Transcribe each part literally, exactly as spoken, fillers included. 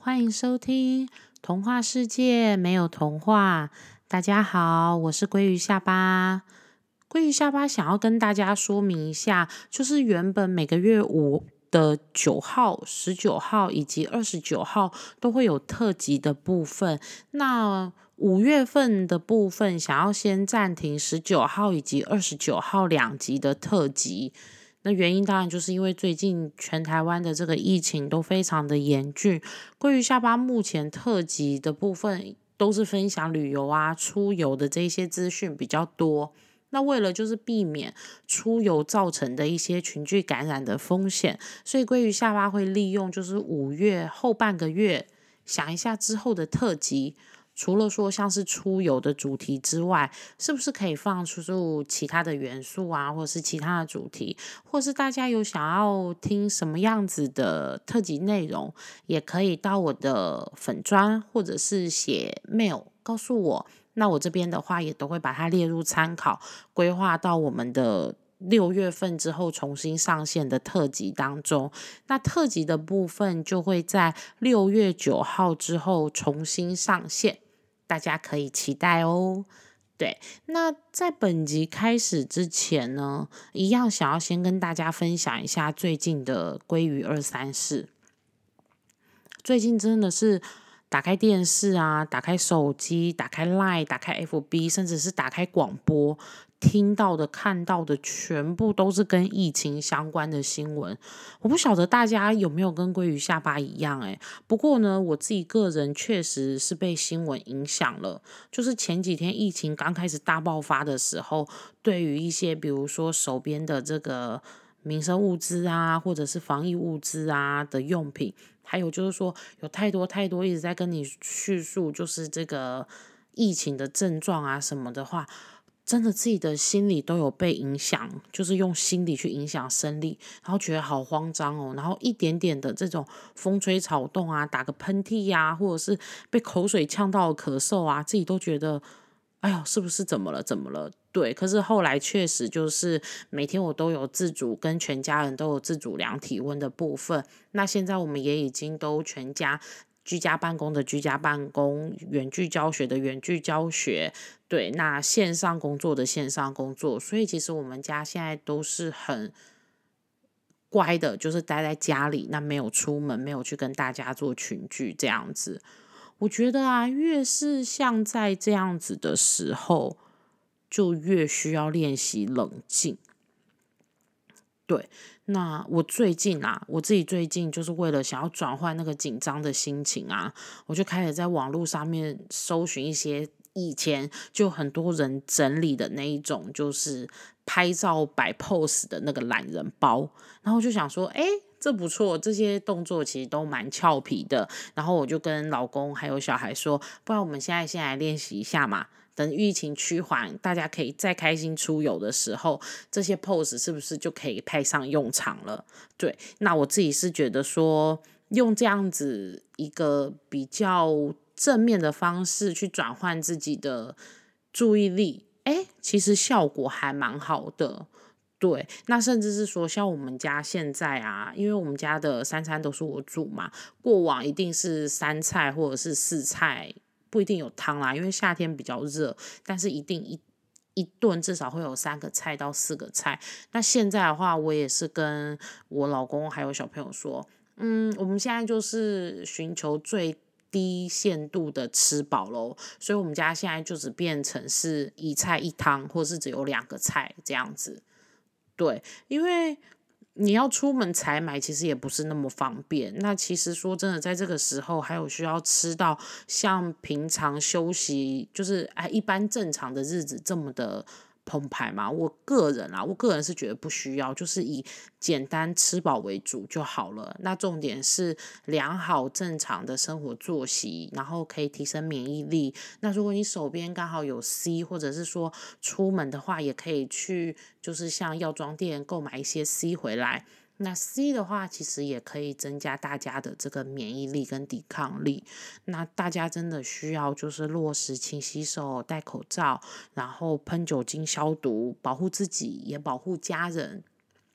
欢迎收听童话世界没有童话。大家好，我是鲑鱼下巴。鲑鱼下巴想要跟大家说明一下，就是原本每个月五的九号、十九号以及二十九号都会有特辑的部分。那五月份的部分想要先暂停十九号以及二十九号两集的特辑。那原因当然就是因为最近全台湾的这个疫情都非常的严峻，鲑鱼下巴目前特辑的部分都是分享旅游啊、出游的这些资讯比较多。那为了就是避免出游造成的一些群聚感染的风险，所以鲑鱼下巴会利用就是五月后半个月想一下之后的特辑。除了说像是出游的主题之外，是不是可以放出其他的元素啊，或者是其他的主题，或是大家有想要听什么样子的特辑内容，也可以到我的粉专或者是写 mail 告诉我。那我这边的话也都会把它列入参考，规划到我们的六月份之后重新上线的特辑当中。那特辑的部分就会在六月九号之后重新上线，大家可以期待哦。对，那在本集开始之前呢，一样想要先跟大家分享一下最近的鲑鱼二三事。最近真的是打开电视啊，打开手机，打开 Line， 打开 F B， 甚至是打开广播，听到的看到的全部都是跟疫情相关的新闻。我不晓得大家有没有跟鲑鱼下巴一样诶，不过呢我自己个人确实是被新闻影响了。就是前几天疫情刚开始大爆发的时候，对于一些比如说手边的这个民生物资啊，或者是防疫物资啊的用品，还有就是说有太多太多一直在跟你叙述就是这个疫情的症状啊什么的话，真的自己的心理都有被影响，就是用心理去影响生理，然后觉得好慌张哦，然后一点点的这种风吹草动啊，打个喷嚏呀、啊，或者是被口水呛到咳嗽啊，自己都觉得哎呦是不是怎么了怎么了。对，可是后来确实就是每天我都有自主跟全家人都有自主量体温的部分。那现在我们也已经都全家居家办公的居家办公，远距教学的远距教学，对，那线上工作的线上工作，所以其实我们家现在都是很乖的，就是待在家里，那没有出门，没有去跟大家做群聚这样子。我觉得啊，越是像在这样子的时候，就越需要练习冷静。对，那我最近啊，我自己最近就是为了想要转换那个紧张的心情啊，我就开始在网络上面搜寻一些以前就很多人整理的那一种，就是拍照摆 pose 的那个懒人包，然后就想说，哎，这不错，这些动作其实都蛮俏皮的。然后我就跟老公还有小孩说，不然我们现在先来练习一下嘛。等疫情趋缓，大家可以再开心出游的时候，这些 pose 是不是就可以派上用场了？对，那我自己是觉得说，用这样子一个比较正面的方式去转换自己的注意力，哎，其实效果还蛮好的。对，那甚至是说，像我们家现在啊，因为我们家的三餐都是我煮嘛，过往一定是三菜或者是四菜，不一定有汤啦，因为夏天比较热，但是一定一一顿至少会有三个菜到四个菜。那现在的话，我也是跟我老公还有小朋友说，嗯，我们现在就是寻求最低限度的吃饱咯，所以我们家现在就只变成是一菜一汤，或是只有两个菜这样子。对，因为你要出门采买，其实也不是那么方便。那其实说真的，在这个时候，还有需要吃到像平常休息，就是哎一般正常的日子这么的澎湃嘛？我个人啊，我个人是觉得不需要，就是以简单吃饱为主就好了。那重点是良好正常的生活作息，然后可以提升免疫力。那如果你手边刚好有 C， 或者是说出门的话，也可以去就是像药妆店购买一些 C 回来。那 C 的话，其实也可以增加大家的这个免疫力跟抵抗力。那大家真的需要就是落实勤洗手、戴口罩，然后喷酒精消毒，保护自己也保护家人。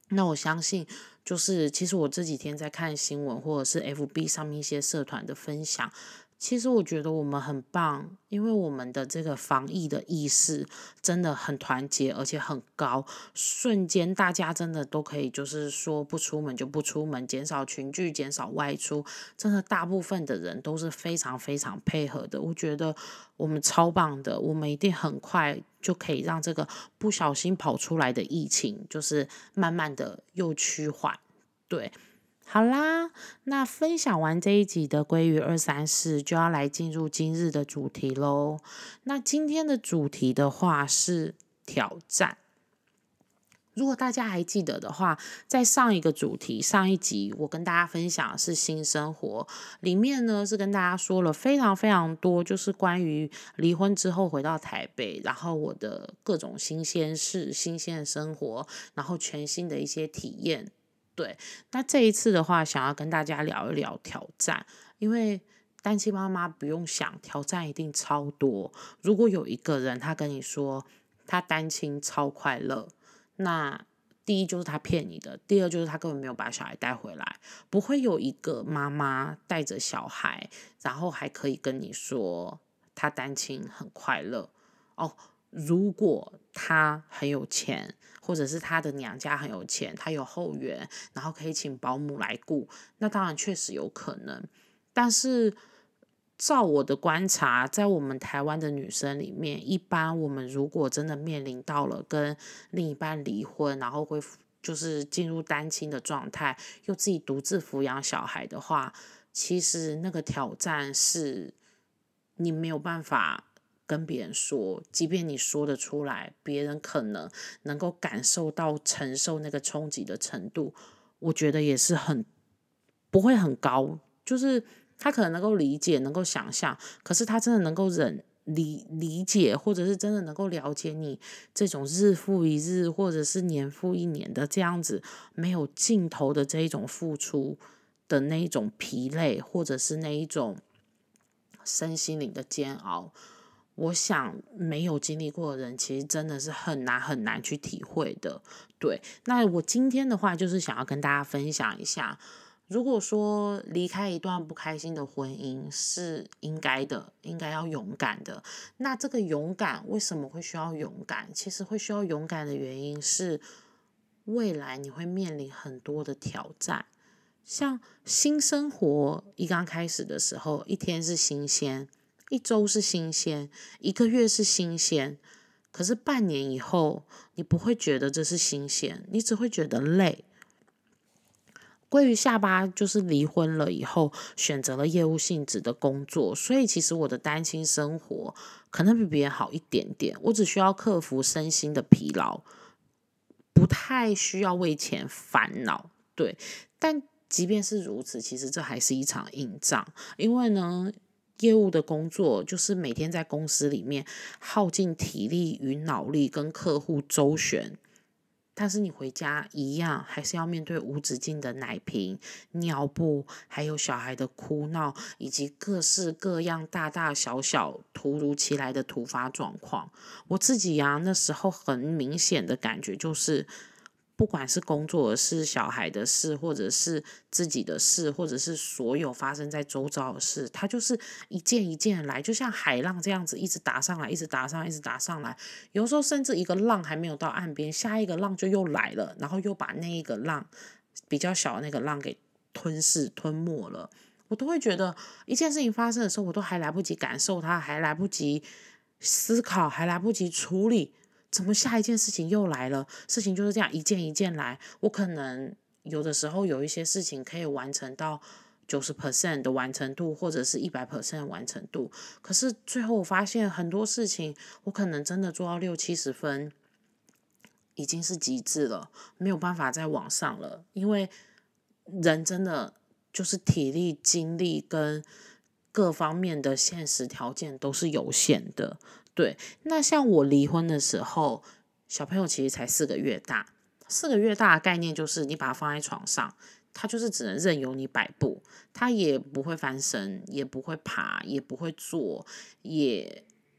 那我相信，就是其实我这几天在看新闻，或者是 F B 上面一些社团的分享，其实我觉得我们很棒，因为我们的这个防疫的意识真的很团结，而且很高，瞬间大家真的都可以就是说不出门就不出门，减少群聚，减少外出，真的大部分的人都是非常非常配合的，我觉得我们超棒的，我们一定很快就可以让这个不小心跑出来的疫情，就是慢慢的又趋缓，对。好啦，那分享完这一集的鲑鱼二三事，就要来进入今日的主题喽。那今天的主题的话是挑战。如果大家还记得的话，在上一个主题上一集，我跟大家分享的是新生活，里面呢是跟大家说了非常非常多，就是关于离婚之后回到台北，然后我的各种新鲜事、新鲜的生活，然后全新的一些体验。对，那这一次的话，想要跟大家聊一聊挑战，因为单亲妈妈不用想，挑战一定超多。如果有一个人他跟你说他单亲超快乐，那第一就是他骗你的，第二就是他根本没有把小孩带回来。不会有一个妈妈带着小孩，然后还可以跟你说他单亲很快乐哦。如果他很有钱，或者是他的娘家很有钱，他有后援，然后可以请保姆来顾，那当然确实有可能。但是照我的观察，在我们台湾的女生里面，一般我们如果真的面临到了跟另一半离婚，然后会就是进入单亲的状态，又自己独自抚养小孩的话，其实那个挑战是你没有办法跟别人说，即便你说得出来，别人可能能够感受到承受那个冲击的程度，我觉得也是很不会很高，就是他可能能够理解，能够想象，可是他真的能够忍理理解，或者是真的能够了解你这种日复一日，或者是年复一年的这样子没有尽头的这一种付出的那一种疲累，或者是那一种身心灵的煎熬。我想没有经历过的人，其实真的是很难很难去体会的。对，那我今天的话，就是想要跟大家分享一下，如果说离开一段不开心的婚姻是应该的，应该要勇敢的。那这个勇敢为什么会需要勇敢？其实会需要勇敢的原因是，未来你会面临很多的挑战。像新生活一刚开始的时候，一天是新鲜，一周是新鲜，一个月是新鲜，可是半年以后，你不会觉得这是新鲜，你只会觉得累。鲑鱼下巴就是离婚了以后，选择了业务性质的工作，所以其实我的单亲生活可能比别人好一点点，我只需要克服身心的疲劳，不太需要为钱烦恼。对，但即便是如此，其实这还是一场硬仗，因为呢，业务的工作就是每天在公司里面耗尽体力与脑力跟客户周旋，但是你回家一样还是要面对无止境的奶瓶、尿布，还有小孩的哭闹，以及各式各样大大小小突如其来的突发状况。我自己啊，那时候很明显的感觉就是，不管是工作的事、小孩的事，或者是自己的事，或者是所有发生在周遭的事，它就是一件一件来，就像海浪这样子一直打上来，一直打上来，一直打上来。有时候甚至一个浪还没有到岸边，下一个浪就又来了，然后又把那一个浪比较小的那个浪给吞噬吞没了。我都会觉得一件事情发生的时候，我都还来不及感受它，还来不及思考，还来不及处理，怎么下一件事情又来了？事情就是这样一件一件来。我可能有的时候有一些事情可以完成到九十 percent 的完成度，或者是一百 percent 的完成度，可是最后我发现很多事情，我可能真的做到六七十分，已经是极致了，没有办法再往上了，因为人真的就是体力、精力跟各方面的现实条件都是有限的。对，那像我离婚的时候，小朋友其实才四个月大，四个月大的概念就是你把它放在床上，他就是只能任由你摆布，他也不会翻身，也不会爬，也不会坐，也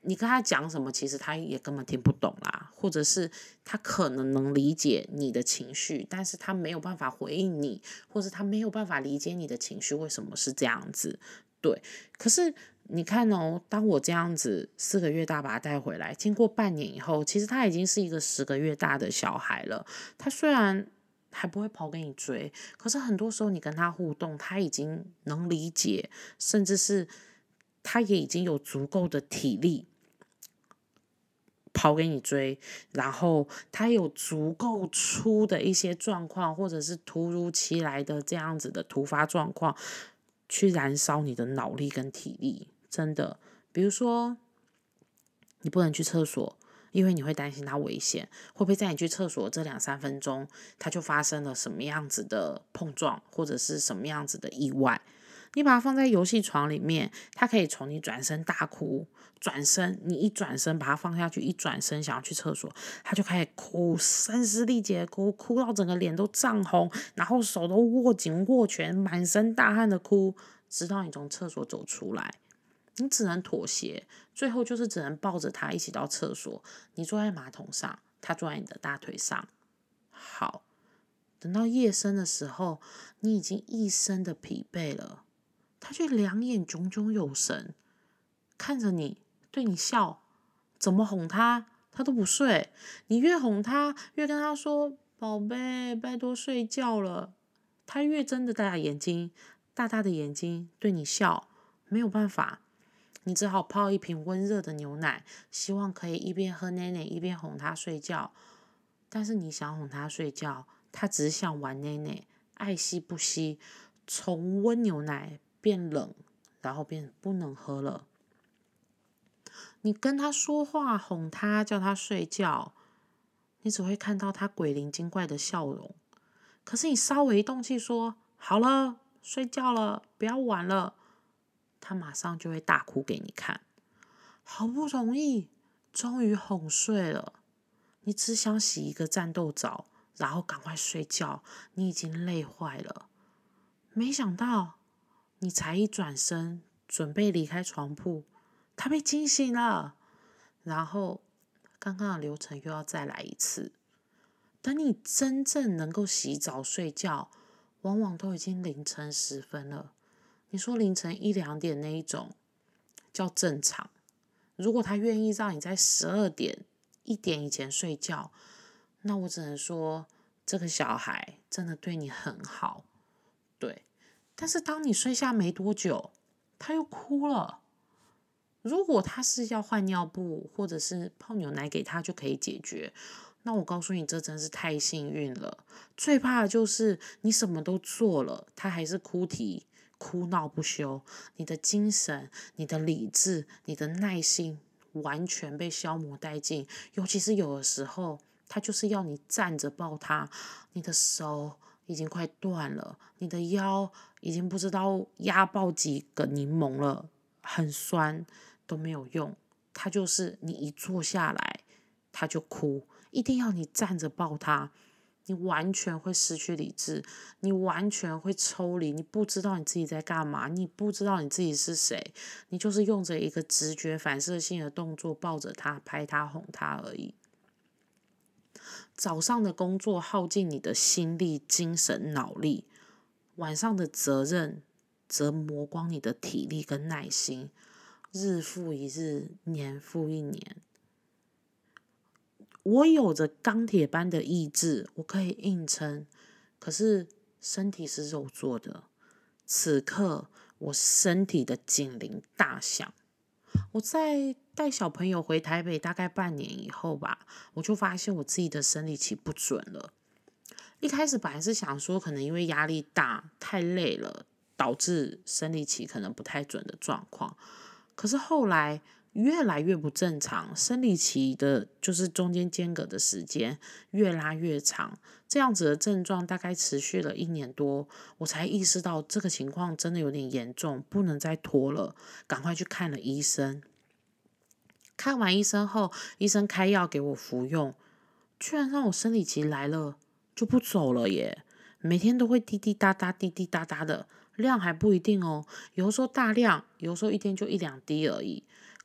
你跟他讲什么，其实他也根本听不懂啦，或者是他可能能理解你的情绪，但是他没有办法回应你，或者他没有办法理解你的情绪为什么是这样子。对，可是你看哦，当我这样子四个月大把他带回来，经过半年以后，其实他已经是一个十个月大的小孩了。他虽然还不会跑给你追，可是很多时候你跟他互动，他已经能理解，甚至是他也已经有足够的体力跑给你追，然后他有足够出的一些状况，或者是突如其来的这样子的突发状况，去燃烧你的脑力跟体力。真的，比如说你不能去厕所，因为你会担心他危险，会不会在你去厕所这两三分钟，他就发生了什么样子的碰撞，或者是什么样子的意外？你把它放在游戏床里面，它可以从你转身大哭，转身你一转身把它放下去，一转身想要去厕所，他就开始哭，声嘶力竭的哭，哭到整个脸都涨红，然后手都握紧握拳，满身大汗的哭，直到你从厕所走出来。你只能妥协，最后就是只能抱着他一起到厕所，你坐在马桶上，他坐在你的大腿上。好，等到夜深的时候，你已经一身的疲惫了，他却两眼炯炯有神，看着你，对你笑，怎么哄他，他都不睡。你越哄他，越跟他说：“宝贝，拜托睡觉了。”他越睁着大眼睛，大大的眼睛对你笑，没有办法，你只好泡一瓶温热的牛奶，希望可以一边喝奶奶一边哄他睡觉。但是你想哄他睡觉，他只想玩奶奶，爱惜不惜，从温牛奶变冷，然后变不能喝了。你跟他说话，哄他，叫他睡觉，你只会看到他鬼灵精怪的笑容。可是你稍微一动气说好了，睡觉了，不要玩了，他马上就会大哭给你看。好不容易，终于哄睡了，你只想洗一个战斗澡，然后赶快睡觉，你已经累坏了。没想到，你才一转身，准备离开床铺，他被惊醒了，然后刚刚的流程又要再来一次。等你真正能够洗澡睡觉，往往都已经凌晨时分了。你说凌晨一两点那一种叫正常，如果他愿意让你在十二点、一点以前睡觉，那我只能说这个小孩真的对你很好。对，但是当你睡下没多久，他又哭了。如果他是要换尿布或者是泡牛奶给他就可以解决，那我告诉你，这真是太幸运了。最怕的就是你什么都做了，他还是哭啼哭闹不休，你的精神、你的理智、你的耐心完全被消磨殆尽。尤其是有的时候，他就是要你站着抱他，你的手已经快断了，你的腰已经不知道压爆几个柠檬了，很酸都没有用。他就是你一坐下来，他就哭，一定要你站着抱他。你完全会失去理智，你完全会抽离，你不知道你自己在干嘛，你不知道你自己是谁，你就是用着一个直觉反射性的动作抱着他、拍他、哄他而已。早上的工作耗尽你的心力、精神、脑力，晚上的责任则磨光你的体力跟耐心，日复一日，年复一年。我有着钢铁般的意志，我可以硬撑，可是身体是肉做的。此刻我身体的警铃大响。我在带小朋友回台北大概半年以后吧，我就发现我自己的生理期不准了。一开始本来是想说，可能因为压力大、太累了，导致生理期可能不太准的状况。可是后来越来越不正常，生理期的就是中间间隔的时间越拉越长，这样子的症状大概持续了一年多，我才意识到这个情况真的有点严重，不能再拖了，赶快去看了医生。看完医生后，医生开药给我服用，居然让我生理期来了就不走了耶，每天都会滴滴答答滴滴答答的，量还不一定哦，有时候大量，有时候一天就一两滴而已。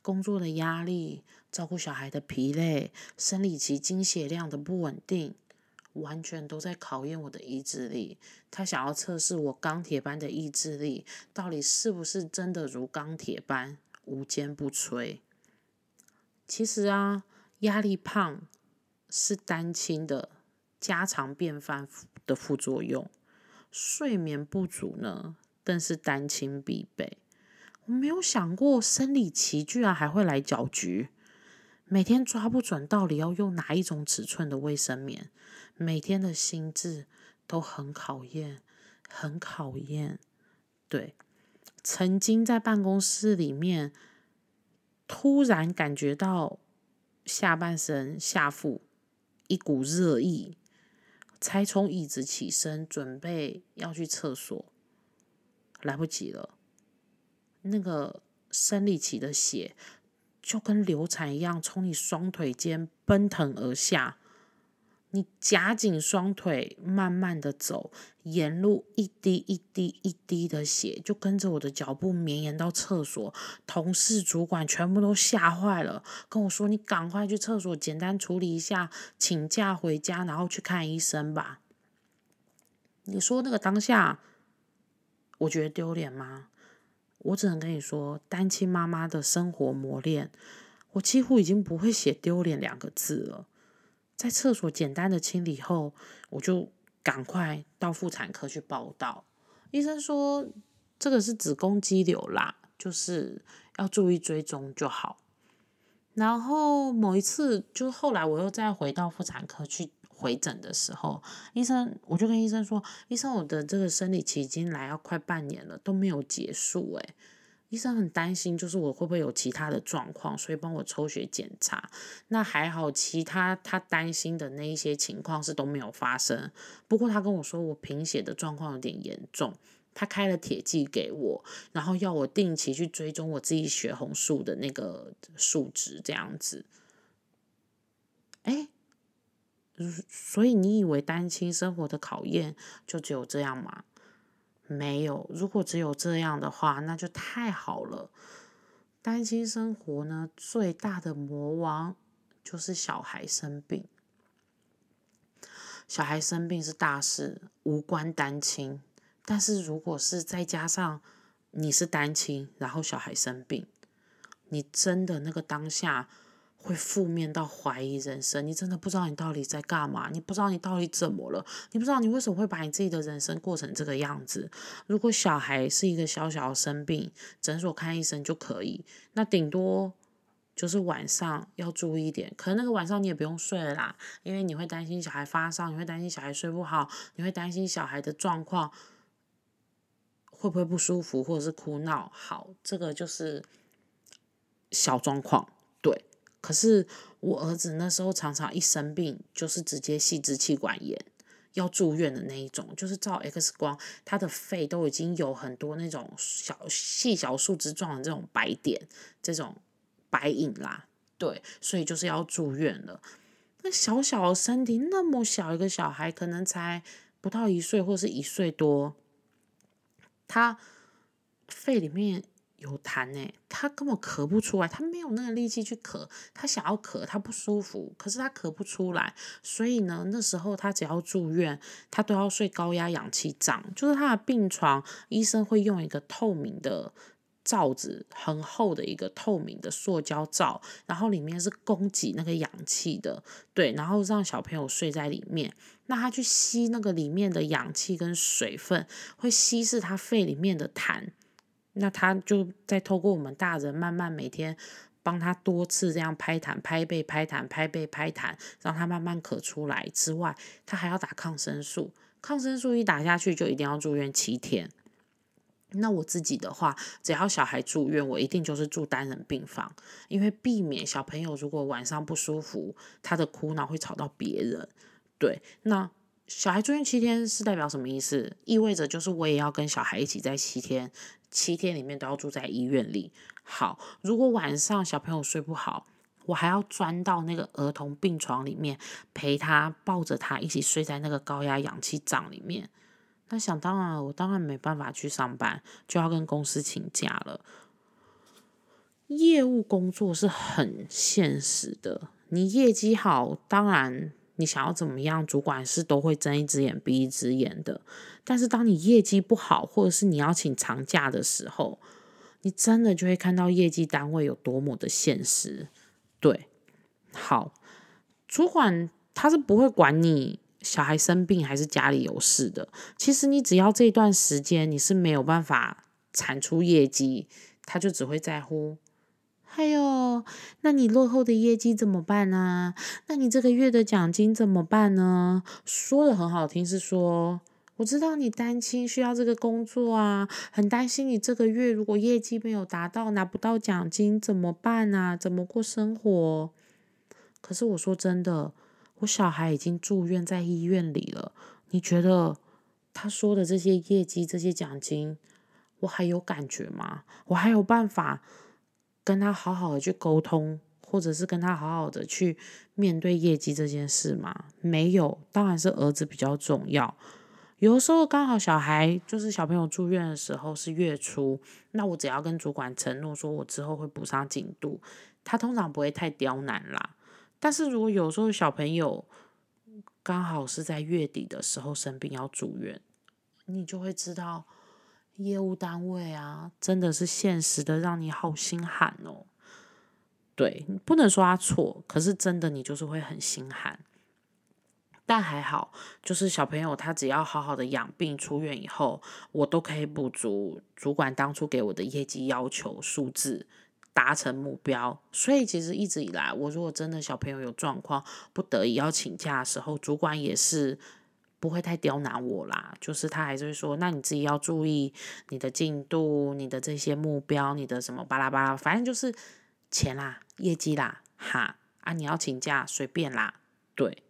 工作的压力，照顾小孩的疲累，生理期经血量的不稳定，完全都在考验我的意志力。他想要测试我钢铁般的意志力，到底是不是真的如钢铁般无坚不摧。其实啊，压力胖是单亲的家常便饭的副作用，睡眠不足呢，更是单亲必备。我没有想过生理期居然还会来搅局，每天抓不准到底要用哪一种尺寸的卫生棉，每天的心智都很考验，很考验。对，曾经在办公室里面突然感觉到下半身下腹一股热意，才从椅子起身准备要去厕所，来不及了。那个生理期的血就跟流产一样从你双腿间奔腾而下，你夹紧双腿慢慢的走，沿路一滴一滴一滴的血就跟着我的脚步绵延到厕所。同事主管全部都吓坏了，跟我说你赶快去厕所简单处理一下，请假回家然后去看医生吧。你说那个当下我觉得丢脸吗？我只能跟你说，单亲妈妈的生活磨练，我几乎已经不会写丢脸两个字了。在厕所简单的清理后，我就赶快到妇产科去报到。医生说这个是子宫肌瘤啦，就是要注意追踪就好。然后某一次，就后来我又再回到妇产科去回诊的时候，医生我就跟医生说，医生我的这个生理期已经来要快半年了，都没有结束诶。医生很担心，就是我会不会有其他的状况，所以帮我抽血检查。那还好，其他他担心的那一些情况是都没有发生。不过他跟我说，我贫血的状况有点严重，他开了铁剂给我，然后要我定期去追踪我自己血红素的那个数值，这样子。哎，所以你以为单亲生活的考验就只有这样吗？没有，如果只有这样的话，那就太好了。单亲生活呢，最大的魔王就是小孩生病。小孩生病是大事，无关单亲。但是如果是再加上你是单亲，然后小孩生病，你真的那个当下会负面到怀疑人生，你真的不知道你到底在干嘛，你不知道你到底怎么了，你不知道你为什么会把你自己的人生过成这个样子。如果小孩是一个小小的生病，诊所看医生就可以，那顶多就是晚上要注意一点，可能那个晚上你也不用睡了啦，因为你会担心小孩发烧，你会担心小孩睡不好，你会担心小孩的状况会不会不舒服或者是哭闹。好，这个就是小状况，对。可是我儿子那时候常常一生病，就是直接细支气管炎，要住院的那一种，就是照 X 光，他的肺都已经有很多那种小细小树枝状的这种白点，这种白影啦，对，所以就是要住院了。那小小的身体，那么小一个小孩，可能才不到一岁或是一岁多，他肺里面有痰欸，他根本咳不出来，他没有那个力气去咳，他想要咳，他不舒服，可是他咳不出来，所以呢，那时候他只要住院，他都要睡高压氧气帐，就是他的病床，医生会用一个透明的罩子，很厚的一个透明的塑胶罩，然后里面是供给那个氧气的，对，然后让小朋友睡在里面，那他去吸那个里面的氧气跟水分，会稀释他肺里面的痰。那他就再透过我们大人慢慢每天帮他多次这样拍痰、拍背、拍痰、拍背、拍痰，让他慢慢咳出来之外，他还要打抗生素。抗生素一打下去就一定要住院七天。那我自己的话，只要小孩住院，我一定就是住单人病房，因为避免小朋友如果晚上不舒服，他的哭闹会吵到别人。对，那小孩住院七天是代表什么意思？意味着就是我也要跟小孩一起在七天，七天里面都要住在医院里。好，如果晚上小朋友睡不好，我还要钻到那个儿童病床里面陪他，抱着他一起睡在那个高压氧气帐里面。那想当然，我当然没办法去上班，就要跟公司请假了。 业务工作是很现实的，你业绩好，当然你想要怎么样，主管是都会睁一只眼闭一只眼的。但是当你业绩不好，或者是你要请长假的时候，你真的就会看到业绩单位有多么的现实。对，好，主管他是不会管你小孩生病还是家里有事的。其实你只要这段时间你是没有办法产出业绩，他就只会在乎，还有，那你落后的业绩怎么办呢？那你这个月的奖金怎么办呢？说的很好听，是说我知道你单亲需要这个工作啊，很担心你这个月如果业绩没有达到，拿不到奖金怎么办啊？怎么过生活？可是我说真的，我小孩已经住院在医院里了，你觉得他说的这些业绩、这些奖金，我还有感觉吗？我还有办法跟他好好的去沟通，或者是跟他好好的去面对业绩这件事吗？没有，当然是儿子比较重要。有的时候刚好小孩就是小朋友住院的时候是月初，那我只要跟主管承诺说我之后会补上进度，他通常不会太刁难啦。但是如果有时候小朋友刚好是在月底的时候生病要住院，你就会知道业务单位啊，真的是现实的让你好心寒哦。对，不能说他错，可是真的你就是会很心寒。但还好，就是小朋友他只要好好的养病出院以后，我都可以补足主管当初给我的业绩要求数字，达成目标。所以其实一直以来，我如果真的小朋友有状况，不得已要请假的时候，主管也是不会太刁难我啦，就是他还是会说，那你自己要注意你的进度、你的这些目标、你的什么巴拉巴拉，反正就是钱啦、业绩啦，哈啊，你要请假随便啦，对。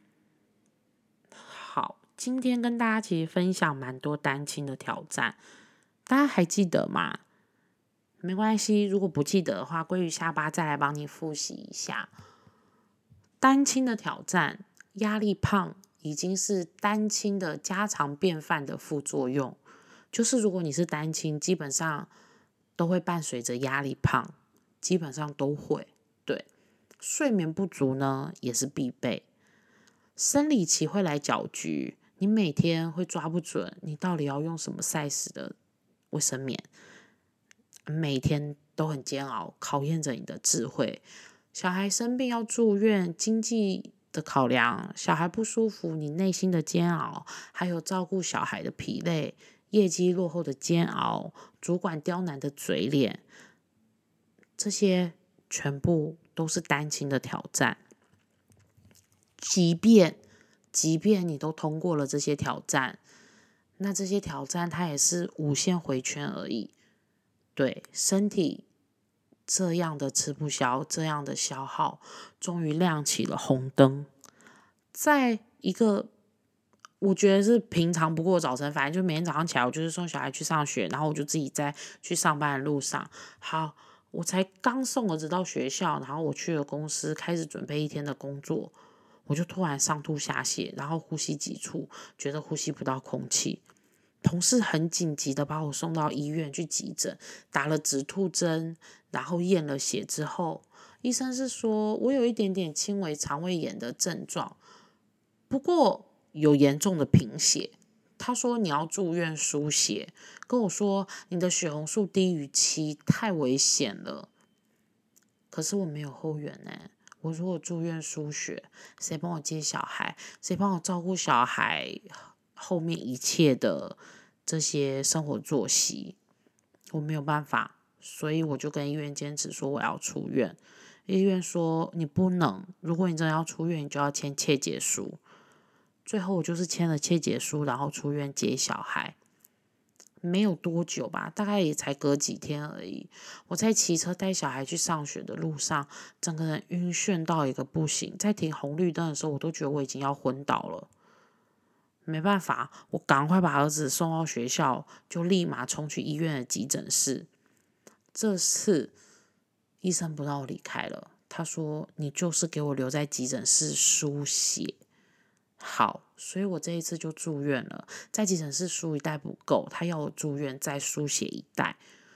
好，今天跟大家其实分享蛮多单亲的挑战，大家还记得吗？没关系，如果不记得的话，鲑鱼下巴再来帮你复习一下。单亲的挑战，压力胖已经是单亲的家常便饭的副作用，就是如果你是单亲，基本上都会伴随着压力胖，基本上都会。对，睡眠不足呢也是必备。生理期会来搅局，你每天会抓不准你到底要用什么 size 的卫生棉，每天都很煎熬，考验着你的智慧。小孩生病要住院，经济的考量，小孩不舒服，你内心的煎熬，还有照顾小孩的疲累，业绩落后的煎熬，主管刁难的嘴脸，这些全部都是单亲的挑战。即便即便你都通过了这些挑战，那这些挑战它也是无限回圈而已。对，身体这样的吃不消，这样的消耗，终于亮起了红灯。在一个我觉得是平常不过的早晨，反正就每天早上起来，我就是送小孩去上学，然后我就自己在去上班的路上。好，我才刚送儿子到学校，然后我去了公司，开始准备一天的工作。我就突然上吐下泻，然后呼吸急促，觉得呼吸不到空气。同事很紧急的把我送到医院去急诊，打了止吐针，然后验了血之后，医生是说我有一点点轻微肠胃炎的症状，不过有严重的贫血。他说你要住院输血，跟我说你的血红素低于七，太危险了。可是我没有后援呢、欸。我如果住院输血，谁帮我接小孩？谁帮我照顾小孩后面一切的这些生活作息？我没有办法，所以我就跟医院坚持说我要出院。医院说你不能，如果你真的要出院，你就要签切结书。最后我就是签了切结书，然后出院接小孩。没有多久吧，大概也才隔几天而已。我在骑车带小孩去上学的路上，整个人晕眩到一个不行。在停红绿灯的时候，我都觉得我已经要昏倒了。没办法，我赶快把儿子送到学校，就立马冲去医院的急诊室。这次医生不让我离开了，他说：“你就是给我留在急诊室输血。”好，所以我这一次就住院了，在急诊室输一袋不够，他要我住院再输血一袋，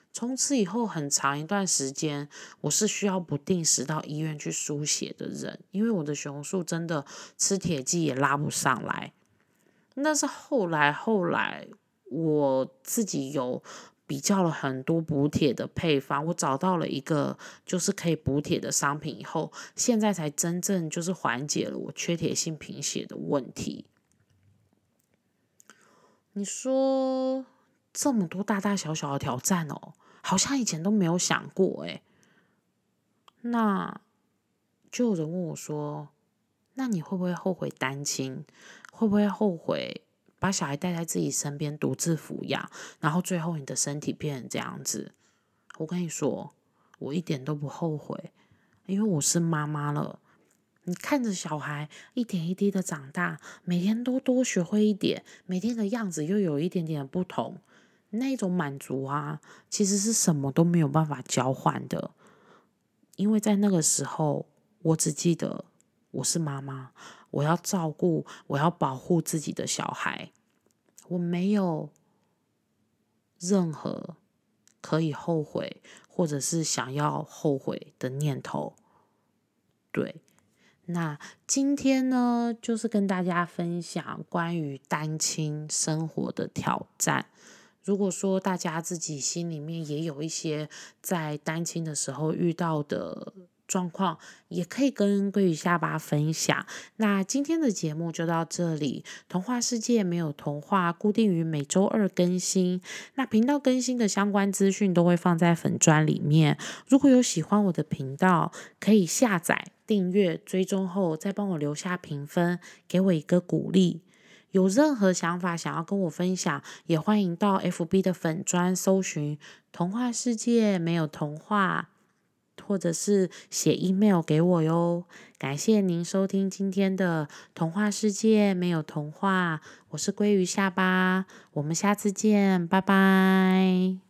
从此以后很长一段时间，我是需要不定时到医院去输血的人，因为我的血红素真的吃铁剂也拉不上来。但是后来后来我自己有比较了很多补铁的配方，我找到了一个就是可以补铁的商品以后，现在才真正就是缓解了我缺铁性贫血的问题。你说这么多大大小小的挑战哦，好像以前都没有想过诶。那就有人问我说，那你会不会后悔单亲？会不会后悔把小孩带在自己身边独自抚养，然后最后你的身体变成这样子？我跟你说，我一点都不后悔，因为我是妈妈了。你看着小孩一点一滴的长大，每天都多学会一点，每天的样子又有一点点的不同，那种满足啊，其实是什么都没有办法交换的。因为在那个时候，我只记得我是妈妈，我要照顾，我要保护自己的小孩，我没有任何可以后悔或者是想要后悔的念头。对，那今天呢，就是跟大家分享关于单亲生活的挑战。如果说大家自己心里面也有一些在单亲的时候遇到的状况，也可以跟鲑鱼下巴分享。那今天的节目就到这里，童话世界没有童话，固定于每周二更新。那频道更新的相关资讯都会放在粉专里面。如果有喜欢我的频道，可以下载、订阅、追踪后，再帮我留下评分，给我一个鼓励。有任何想法想要跟我分享，也欢迎到 F B 的粉专搜寻童话世界没有童话，或者是写 email 给我哟。感谢您收听今天的童话世界没有童话，我是鲑鱼下巴，我们下次见，拜拜。